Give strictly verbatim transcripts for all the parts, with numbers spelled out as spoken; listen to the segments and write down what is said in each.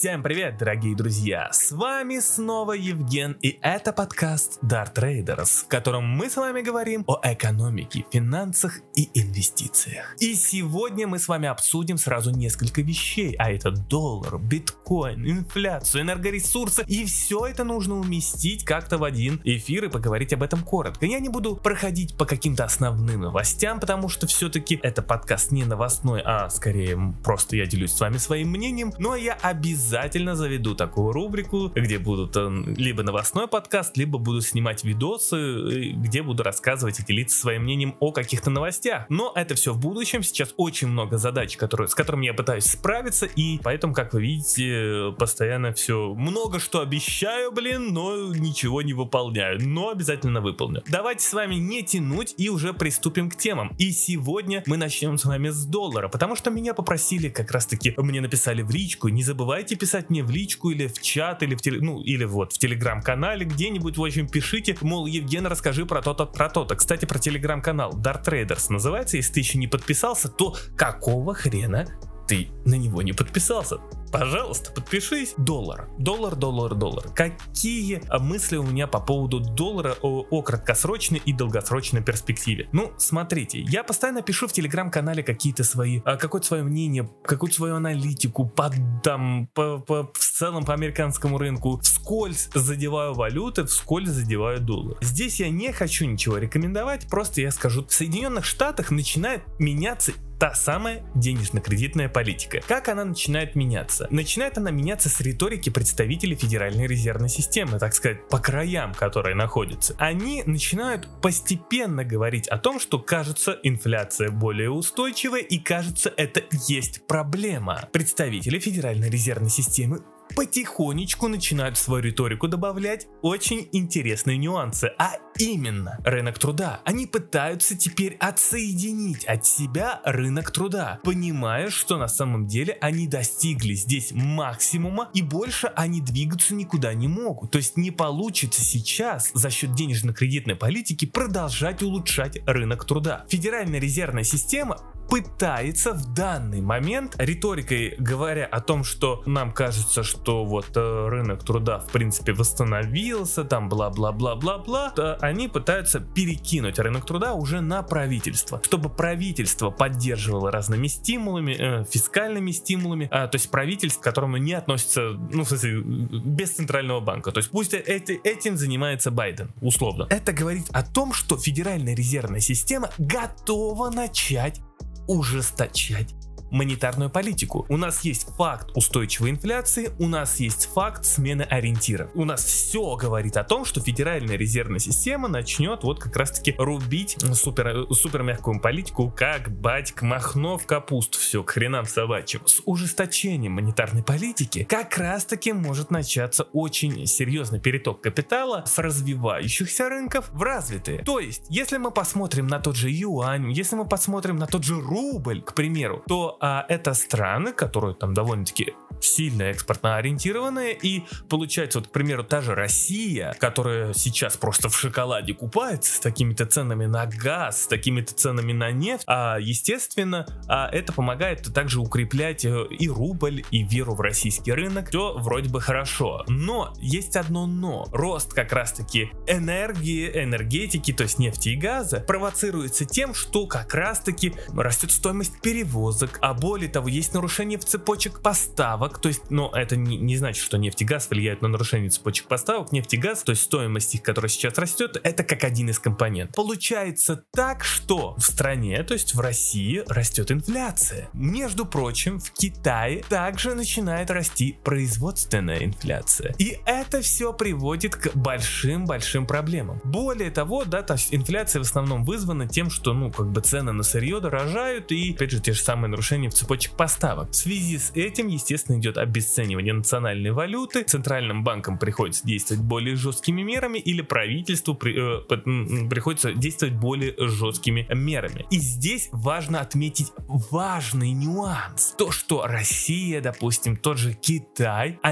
Всем привет, дорогие друзья! С вами снова Евген, и это подкаст Dart Traders, в котором мы с вами говорим о экономике, финансах и инвестициях. И сегодня мы с вами обсудим сразу несколько вещей, а это доллар, биткоин, инфляцию, энергоресурсы, и все это нужно уместить как-то в один эфир и поговорить об этом коротко. Я не буду проходить по каким-то основным новостям, потому что все-таки это подкаст не новостной, а скорее просто я делюсь с вами своим мнением, но я обязательно Обязательно заведу такую рубрику, где будут либо новостной подкаст, либо буду снимать видосы, где буду рассказывать и делиться своим мнением о каких-то новостях. Но это все в будущем. Сейчас очень много задач, которые, с которыми я пытаюсь справиться, и поэтому, как вы видите, постоянно все много что обещаю, блин, но ничего не выполняю. Но обязательно выполню. Давайте с вами не тянуть и уже приступим к темам. И сегодня мы начнем с вами с доллара, потому что меня попросили, как раз таки мне написали в личку, не забывайте писать мне в личку или в чат, или в теле, ну, или вот в телеграм-канале, где-нибудь, в общем, пишите, мол, Евген, расскажи про то-то, про то-то. Кстати, про телеграм-канал Dart Traders называется. Если ты еще не подписался, то какого хрена ты на него не подписался? Пожалуйста, подпишись. Доллар, доллар, доллар, доллар. Какие мысли у меня по поводу доллара о, о краткосрочной и долгосрочной перспективе? Ну, смотрите, я постоянно пишу в телеграм-канале какие-то свои, какое-то свое мнение, какую-то свою аналитику, по, там, по, по, в целом по американскому рынку. Вскользь задеваю валюты, вскользь задеваю доллар. Здесь я не хочу ничего рекомендовать, просто я скажу, в Соединенных Штатах начинает меняться та самая денежно-кредитная политика. Как она начинает меняться? Начинает она меняться с риторики представителей Федеральной резервной системы, так сказать, по краям, которые находятся. Они начинают постепенно говорить о том, что, кажется, инфляция более устойчивая и, кажется, это есть проблема. Представители Федеральной резервной системы потихонечку начинают в свою риторику добавлять очень интересные нюансы, а именно рынок труда. Они пытаются теперь отсоединить от себя рынок труда, понимая, что на самом деле они достигли здесь максимума и больше они двигаться никуда не могут. То есть не получится сейчас за счет денежно-кредитной политики продолжать улучшать рынок труда. Федеральная резервная система пытается в данный момент, риторикой говоря о том, что нам кажется, что вот э, рынок труда в принципе восстановился, там бла-бла-бла-бла-бла, они пытаются перекинуть рынок труда уже на правительство, чтобы правительство поддерживало разными стимулами, э, фискальными стимулами, э, то есть правительство, к которому не относится, ну в смысле, без центрального банка, то есть пусть эти, этим занимается Байден, условно. Это говорит о том, что Федеральная резервная система готова начать ужесточать монетарную политику. У нас есть факт устойчивой инфляции, у нас есть факт смены ориентиров. У нас все говорит о том, что Федеральная резервная система начнет вот как раз таки рубить супер, супер мягкую политику, как батька Махно в капусту, все к хренам собачьим. С ужесточением монетарной политики как раз таки может начаться очень серьезный переток капитала с развивающихся рынков в развитые. То есть, если мы посмотрим на тот же юань, если мы посмотрим на тот же рубль, к примеру, то А это страны, которые там довольно-таки сильно экспортно ориентированные, и получается, вот, к примеру, та же Россия, которая сейчас просто в шоколаде купается с такими-то ценами на газ, с такими-то ценами на нефть, а, естественно, а, это помогает также укреплять и рубль, и веру в российский рынок. Все вроде бы хорошо, но есть одно но. Рост как раз-таки энергии, энергетики, то есть нефти и газа, провоцируется тем, что как раз-таки растет стоимость перевозок, а более того, есть нарушение в цепочек поставок, то есть, но это не, не значит, что нефть и газ влияют на нарушение цепочек поставок. Нефть и газ, то есть стоимость их, которая сейчас растет, это как один из компонентов. Получается так, что в стране, то есть в России, растет инфляция. Между прочим, в Китае также начинает расти производственная инфляция. И это все приводит к большим-большим проблемам. Более того, да, то есть инфляция в основном вызвана тем, что, ну, как бы цены на сырье дорожают, и, опять же, те же самые нарушения в цепочек поставок. В связи с этим, естественно, идет обесценивание национальной валюты, центральным банкам приходится действовать более жесткими мерами, или правительству при, э, приходится действовать более жесткими мерами. И здесь важно отметить важный нюанс. То, что Россия, допустим, тот же Китай, они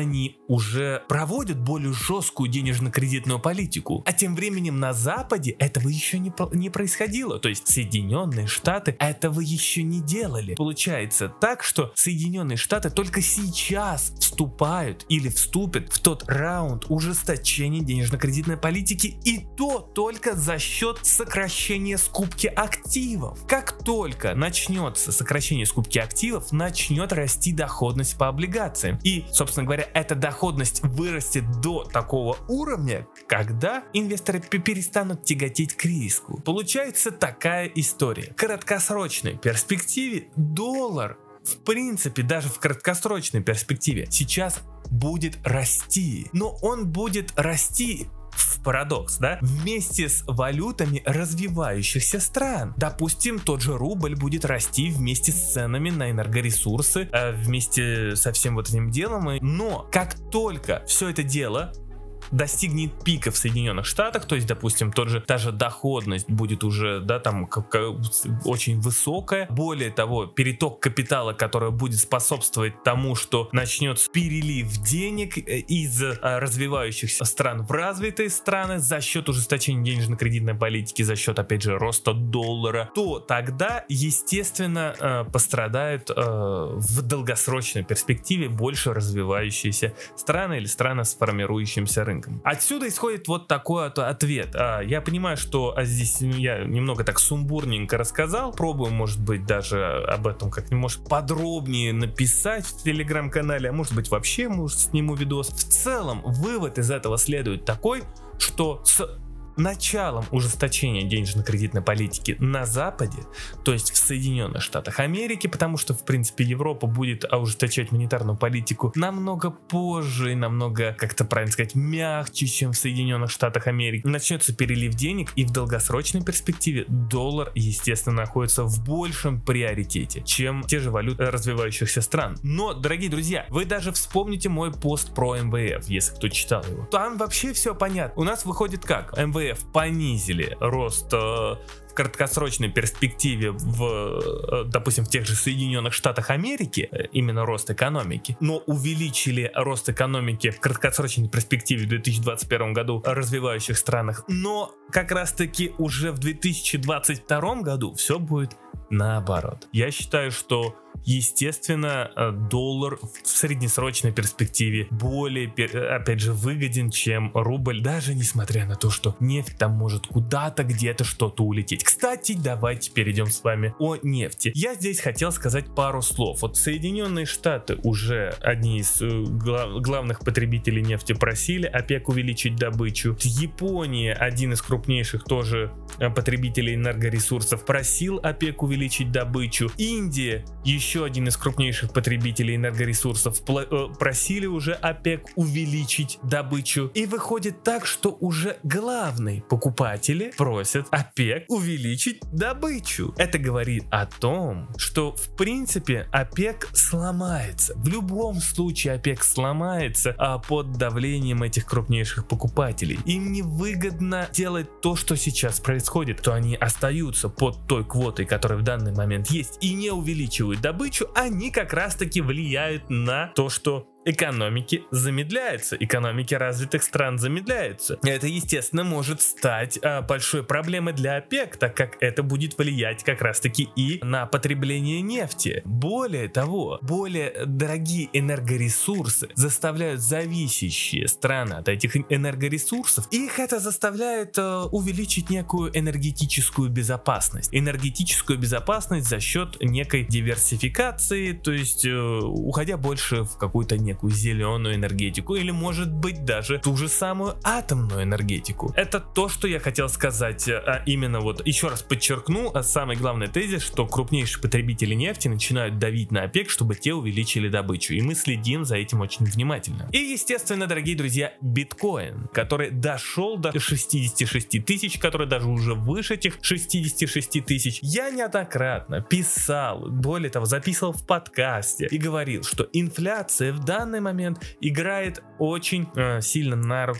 уже проводят более жесткую денежно-кредитную политику. А тем временем на Западе этого еще не, не происходило. То есть Соединенные Штаты этого еще не делали. Получается так, что Соединенные Штаты только сейчас вступают или вступят в тот раунд ужесточения денежно-кредитной политики, и то только за счет сокращения скупки активов. Как только начнется сокращение скупки активов, начнет расти доходность по облигациям. И, собственно говоря, эта доходность вырастет до такого уровня, когда инвесторы перестанут тяготеть к риску. Получается такая история. В краткосрочной перспективе доллар, в принципе, даже в краткосрочной перспективе сейчас будет расти. Но он будет расти, в парадокс, да, вместе с валютами развивающихся стран. Допустим, тот же рубль будет расти вместе с ценами на энергоресурсы, э, вместе со всем вот этим делом. Но как только все это дело достигнет пика в Соединенных Штатах, то есть, допустим, тот же, та же доходность будет уже, да, там, как, как, очень высокая. Более того, переток капитала, который будет способствовать тому, что начнется перелив денег из а, развивающихся стран в развитые страны за счет ужесточения денежно-кредитной политики, за счет, опять же, роста доллара, то тогда, естественно, э, пострадают э, в долгосрочной перспективе больше развивающиеся страны или страны с формирующимся рынком. Отсюда исходит вот такой ответ. А, я понимаю, что а здесь я немного так сумбурненько рассказал. Пробую, может быть, даже об этом как-нибудь подробнее написать в телеграм-канале, а может быть вообще, может, сниму видос. В целом, вывод из этого следует такой, что с началом ужесточения денежно-кредитной политики на Западе, то есть в Соединенных Штатах Америки, потому что, в принципе, Европа будет ужесточать монетарную политику намного позже и намного, как-то правильно сказать, мягче, чем в Соединенных Штатах Америки. Начнется перелив денег, и в долгосрочной перспективе доллар, естественно, находится в большем приоритете, чем те же валюты развивающихся стран. Но, дорогие друзья, вы даже вспомните мой пост про эм вэ эф, если кто читал его. Там вообще все понятно. У нас выходит как? эм вэ эф понизили рост э, в краткосрочной перспективе в, э, допустим, в тех же Соединенных Штатах Америки, э, именно рост экономики, но увеличили рост экономики в краткосрочной перспективе в две тысячи двадцать первом году в развивающих странах, но как раз таки уже в две тысячи двадцать втором году все будет наоборот. Я считаю, что естественно, доллар в среднесрочной перспективе более, опять же, выгоден, чем рубль, даже несмотря на то, что нефть там может куда-то, где-то что-то улететь. Кстати, давайте перейдем с вами о нефти. Я здесь хотел сказать пару слов. Вот Соединенные Штаты уже одни из глав, главных потребителей нефти просили ОПЕК увеличить добычу. Япония, один из крупнейших тоже потребителей энергоресурсов, просил ОПЕК увеличить добычу. Индия, еще Еще один из крупнейших потребителей энергоресурсов, просили уже ОПЕК увеличить добычу. И выходит так, что уже главные покупатели просят ОПЕК увеличить добычу. Это говорит о том, что в принципе ОПЕК сломается. В любом случае ОПЕК сломается а под давлением этих крупнейших покупателей. Им невыгодно делать то, что сейчас происходит, то они остаются под той квотой, которая в данный момент есть, и не увеличивают добычу. Они как раз таки влияют на то, что экономики замедляются, экономики развитых стран замедляются. Это, естественно, может стать а, большой проблемой для ОПЕК, так как это будет влиять как раз-таки и на потребление нефти. Более того, более дорогие энергоресурсы заставляют зависящие страны от этих энергоресурсов, и их это заставляет а, увеличить некую энергетическую безопасность. Энергетическую безопасность за счет некой диверсификации, то есть а, уходя больше в какую-то некую некую зеленую энергетику или, может быть, даже ту же самую атомную энергетику. Это то, что я хотел сказать, а именно вот еще раз подчеркну самый главный тезис, что крупнейшие потребители нефти начинают давить на ОПЕК, чтобы те увеличили добычу, и мы следим за этим очень внимательно. И, естественно, дорогие друзья, биткоин, который дошел до шестидесяти шести тысяч, который даже уже выше этих шестидесяти шести тысяч, я неоднократно писал, более того, записывал в подкасте и говорил, что инфляция в данный В данный момент играет очень э, сильно на руку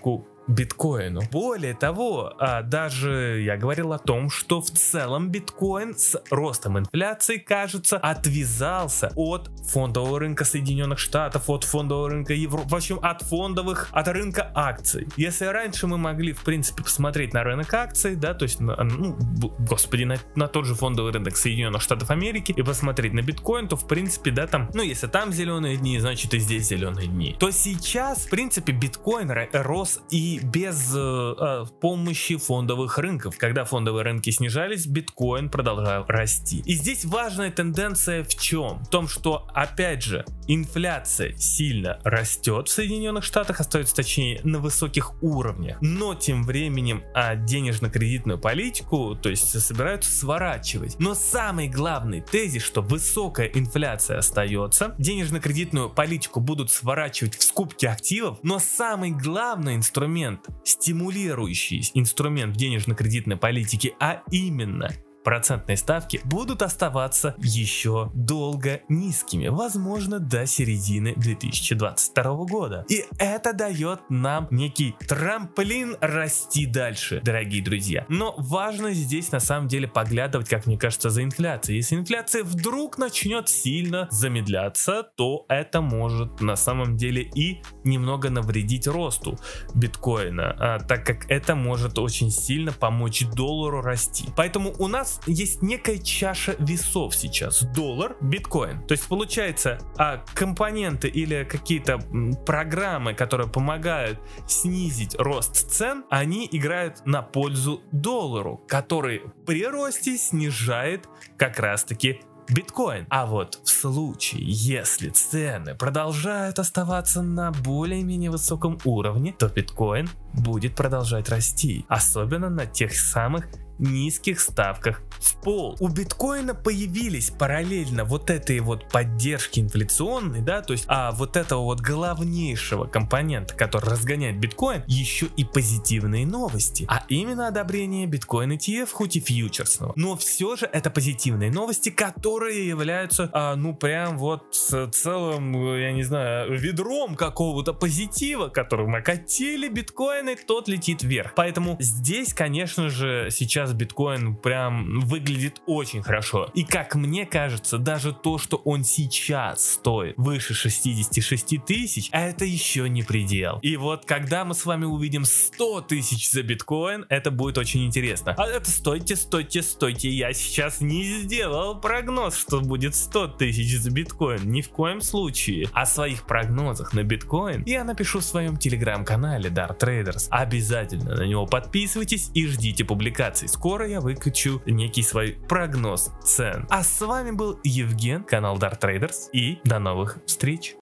биткоину. Более того, а, даже я говорил о том, что в целом биткоин с ростом инфляции, кажется, отвязался от фондового рынка Соединенных Штатов, от фондового рынка Европы, в общем, от фондовых, от рынка акций. Если раньше мы могли, в принципе, посмотреть на рынок акций, да, то есть, на, ну, господи, на, на тот же фондовый рынок Соединенных Штатов Америки и посмотреть на биткоин, то, в принципе, да, там, ну, если там зеленые дни, значит и здесь зеленые дни. То сейчас, в принципе, биткоин рос и без э, помощи фондовых рынков. Когда фондовые рынки снижались, биткоин продолжал расти. И здесь важная тенденция в чем? В том, что, опять же, инфляция сильно растет в Соединенных Штатах, остается, точнее, на высоких уровнях, но тем временем а, денежно-кредитную политику, то есть, собираются сворачивать. Но самый главный тезис, что высокая инфляция остается, денежно-кредитную политику будут сворачивать в скупке активов, но самый главный инструмент, стимулирующий инструмент в денежно-кредитной политике, а именно процентные ставки, будут оставаться еще долго низкими, возможно, до середины две тысячи двадцать второго года. И это дает нам некий трамплин расти дальше, дорогие друзья. Но важно здесь на самом деле поглядывать, как мне кажется, за инфляцией. Если инфляция вдруг начнет сильно замедляться, то это может на самом деле и немного навредить росту биткоина, а, так как это может очень сильно помочь доллару расти. Поэтому у нас есть некая чаша весов сейчас: доллар, биткоин. То есть получается, а компоненты или какие-то программы, которые помогают снизить рост цен, они играют на пользу доллару, который при росте снижает как раз таки биткоин. А вот в случае, если цены продолжают оставаться на более-менее высоком уровне, то биткоин будет продолжать расти, особенно на тех самых низких ставках в пол. У биткоина появились параллельно вот этой вот поддержки инфляционной, да, то есть а вот этого вот главнейшего компонента, который разгоняет биткоин, еще и позитивные новости, а именно одобрение биткоин и ти эф, хоть и фьючерсного. Но все же это позитивные новости, которые являются, а, ну прям вот целым, я не знаю, ведром какого-то позитива, которым окатили биткоин, и тот летит вверх. Поэтому здесь, конечно же, сейчас биткоин прям выглядит очень хорошо. И как мне кажется, даже то, что он сейчас стоит выше шестьдесят шесть тысяч, это еще не предел. И вот когда мы с вами увидим сто тысяч за биткоин, это будет очень интересно. А это стойте, стойте, стойте, я сейчас не сделал прогноз, что будет сто тысяч за биткоин, ни в коем случае. О своих прогнозах на биткоин я напишу в своем телеграм-канале Dart Traders. Обязательно на него подписывайтесь и ждите публикаций. Скоро я выкачу некий свой прогноз цен. А с вами был Евген, канал Dart Traders, и до новых встреч!